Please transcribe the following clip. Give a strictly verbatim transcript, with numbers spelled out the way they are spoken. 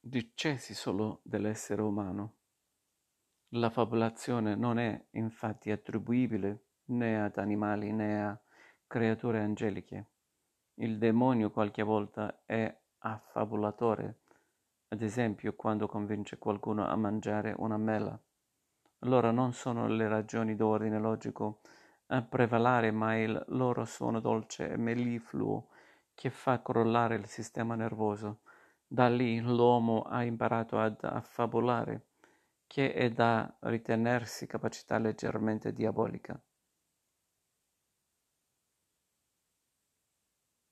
dicesi solo dell'essere umano. La fabulazione non è infatti attribuibile né ad animali né a creature angeliche. Il demonio qualche volta è affabulatore, ad esempio quando convince qualcuno a mangiare una mela. Allora non sono le ragioni d'ordine logico a prevalere, ma il loro suono dolce e mellifluo che fa crollare il sistema nervoso. Da lì l'uomo ha imparato ad affabulare, che è da ritenersi capacità leggermente diabolica.